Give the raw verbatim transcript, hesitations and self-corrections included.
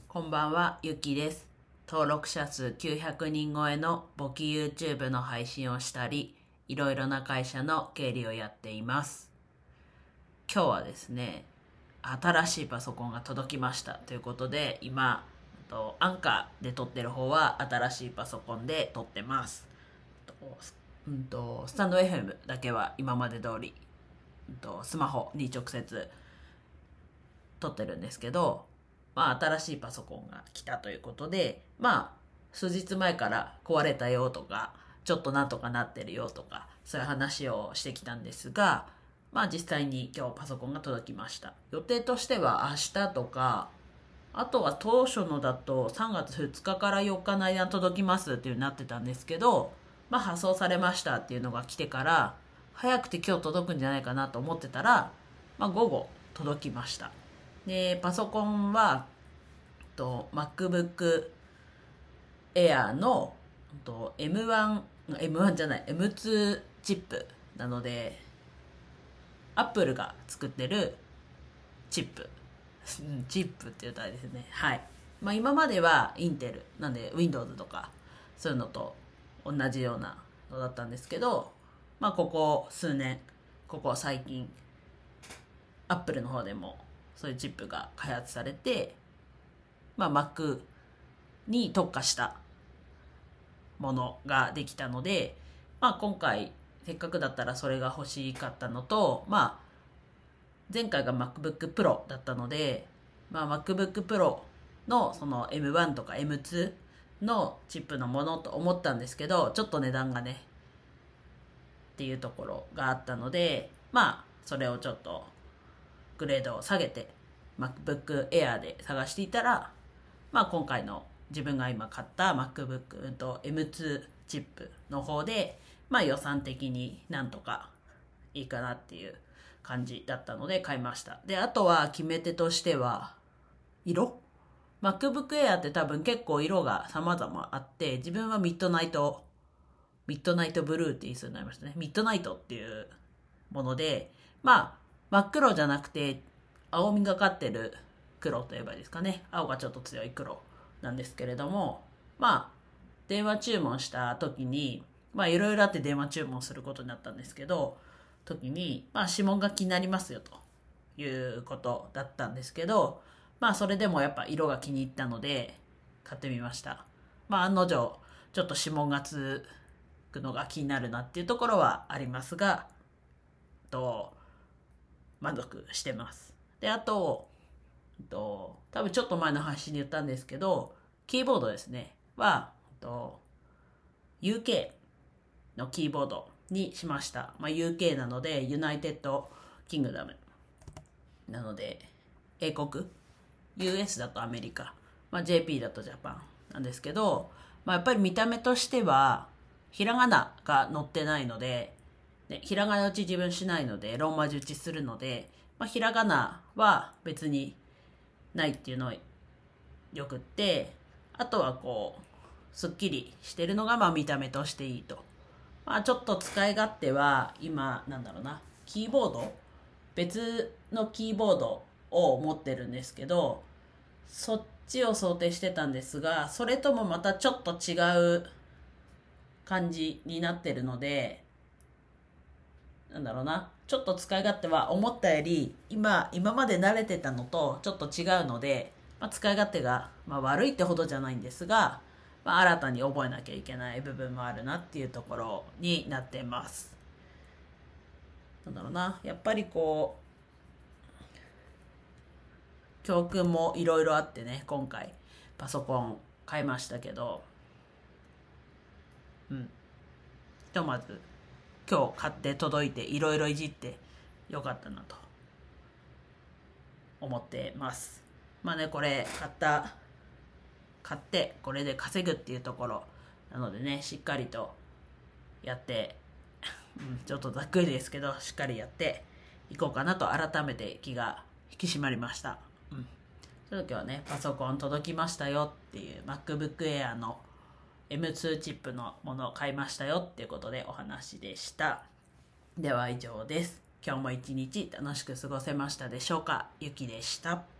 こんばんは、ゆきです。登録者数きゅうひゃくにん超えの簿記 YouTube の配信をしたり、いろいろな会社の経理をやっています。今日はですね、新しいパソコンが届きましたということで、今、アンカーで撮ってる方は新しいパソコンで撮ってます。うんと、スタンド エフエム だけは今まで通り、うんと、スマホに直接撮ってるんですけど、まあ、新しいパソコンが来たということで、まあ、数日前から壊れたよとか、ちょっとなんとかなってるよとか、そういう話をしてきたんですが、まあ実際に今日パソコンが届きました。予定としては明日とか、あとは当初のだとさんがつふつかからよっかの間に届きますっていうになってたんですけど、まあ発送されましたっていうのが来てから、早くて今日届くんじゃないかなと思ってたら、まあ午後届きました。で、パソコンは、と MacBook Air のと エムワン、エムワン じゃない、エムツー チップなので、Apple が作ってるチップ。チップって言うとあれですね。はい。まあ今まではインテル、なんで Windows とか、そういうのと同じようなのだったんですけど、まあここ数年、ここ最近、Apple の方でもそういうチップが開発されて、まあ Mac に特化したものができたので、まあ今回せっかくだったらそれが欲しかったのと、まあ前回が MacBook Pro だったので、まあ MacBook Pro のその エムワン とか エムツー のチップのものと思ったんですけど、ちょっと値段がね、っていうところがあったので、まあそれをちょっとグレードを下げて MacBook Air で探していたら、まあ今回の自分が今買った MacBook と エムツー チップの方で、まあ予算的になんとかいいかなっていう感じだったので買いました。で、あとは決め手としては、色 ?MacBook Air って多分結構色が様々あって、自分はミッドナイト、ミッドナイトブルーって言いそうになりましたね。ミッドナイトっていうもので、まあ、真っ黒じゃなくて、青みがかってる黒といえばいいですかね。青がちょっと強い黒なんですけれども、まあ、電話注文した時に、まあいろいろあって電話注文することになったんですけど、時に、まあ指紋が気になりますよということだったんですけど、まあそれでもやっぱ色が気に入ったので買ってみました。まあ案の定、ちょっと指紋がつくのが気になるなっていうところはありますが、と満足してます。で、あと、と多分ちょっと前の配信で言ったんですけど、キーボードですね、は、と ユーケー のキーボードにしました。まあ、ユーケー なので、ユナイテッドキングダム。なので、英国。ユーエス だとアメリカ。まあ、ジェーピー だとジャパンなんですけど、まあ、やっぱり見た目としては、ひらがなが載ってないので、ね、ひらがな打ち自分しないので、ローマ字打ちするので、まあ、ひらがなは別にないっていうのはよくって、あとはこう、すっきりしてるのがまあ見た目としていいと。まあちょっと使い勝手は今なんだろうな、キーボード別のキーボードを持ってるんですけど、そっちを想定してたんですが、それともまたちょっと違う感じになってるので、なんだろうな、ちょっと使い勝手は思ったより今今まで慣れてたのとちょっと違うので、まあ、使い勝手が、まあ、悪いってほどじゃないんですが、まあ、新たに覚えなきゃいけない部分もあるなっていうところになってます。なんだろうな、やっぱりこう教訓もいろいろあってね、今回パソコン買いましたけど、うん、ひとまず今日買って届いていろいろいじってよかったなと思ってます。まあね、これ買った買ってこれで稼ぐっていうところなのでね、しっかりとやって、うん、ちょっとざっくりですけどしっかりやっていこうかなと改めて気が引き締まりました。うん、ちょっと今日はね、パソコン届きましたよっていう MacBook Air の エムツー チップのものを買いましたよっていうことでお話でした。では以上です。今日も一日楽しく過ごせましたでしょうか。ゆきでした。